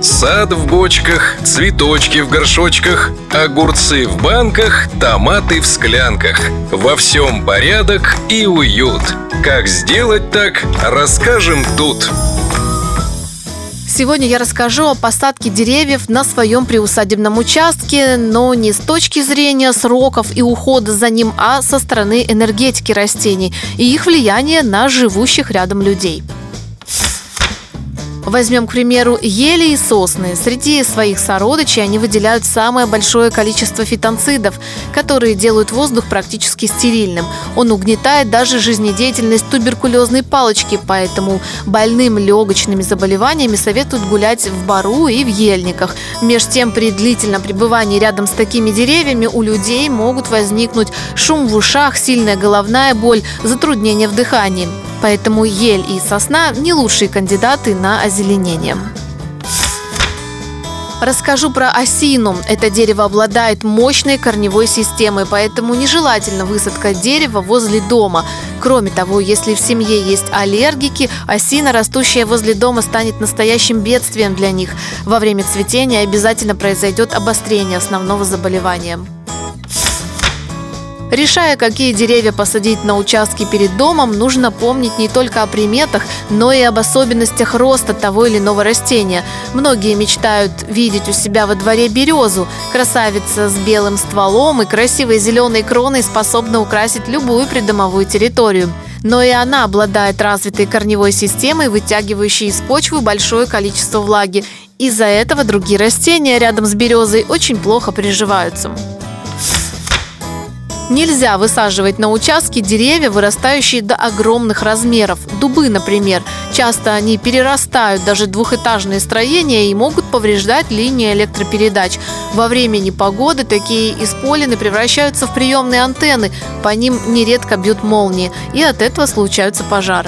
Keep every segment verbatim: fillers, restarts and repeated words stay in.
Сад в бочках, цветочки в горшочках, огурцы в банках, томаты в склянках. Во всем порядок и уют. Как сделать так, расскажем тут. Сегодня я расскажу о посадке деревьев на своем приусадебном участке, но не с точки зрения сроков и ухода за ним, а со стороны энергетики растений и их влияния на живущих рядом людей. Возьмем, к примеру, ели и сосны. Среди своих сородичей они выделяют самое большое количество фитонцидов, которые делают воздух практически стерильным. Он угнетает даже жизнедеятельность туберкулезной палочки, поэтому больным легочными заболеваниями советуют гулять в бору и в ельниках. Меж тем, при длительном пребывании рядом с такими деревьями у людей могут возникнуть шум в ушах, сильная головная боль, затруднения в дыхании. Поэтому ель и сосна – не лучшие кандидаты на озеленение. Расскажу про осину. Это дерево обладает мощной корневой системой, поэтому нежелательно высадка дерева возле дома. Кроме того, если в семье есть аллергики, осина, растущая возле дома, станет настоящим бедствием для них. Во время цветения обязательно произойдет обострение основного заболевания. Решая, какие деревья посадить на участке перед домом, нужно помнить не только о приметах, но и об особенностях роста того или иного растения. Многие мечтают видеть у себя во дворе березу. Красавица с белым стволом и красивой зеленой кроной способна украсить любую придомовую территорию. Но и она обладает развитой корневой системой, вытягивающей из почвы большое количество влаги. Из-за этого другие растения рядом с березой очень плохо приживаются. Нельзя высаживать на участке деревья, вырастающие до огромных размеров. Дубы, например. Часто они перерастают даже двухэтажные строения и могут повреждать линии электропередач. Во время непогоды такие исполины превращаются в приемные антенны. По ним нередко бьют молнии, и от этого случаются пожары.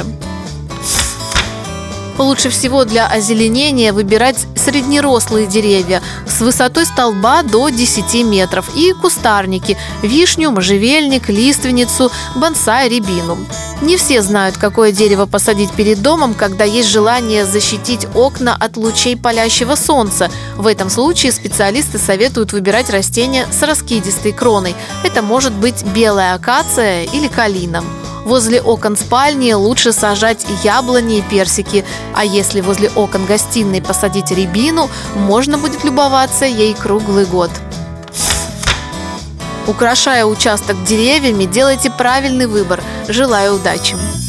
Лучше всего для озеленения выбирать среднерослые деревья с высотой столба до десяти метров и кустарники – вишню, можжевельник, лиственницу, бонсай, рябину. Не все знают, какое дерево посадить перед домом, когда есть желание защитить окна от лучей палящего солнца. В этом случае специалисты советуют выбирать растения с раскидистой кроной. Это может быть белая акация или калина. Возле окон спальни лучше сажать яблони и персики, а если возле окон гостиной посадить рябину, можно будет любоваться ей круглый год. Украшая участок деревьями, делайте правильный выбор. Желаю удачи!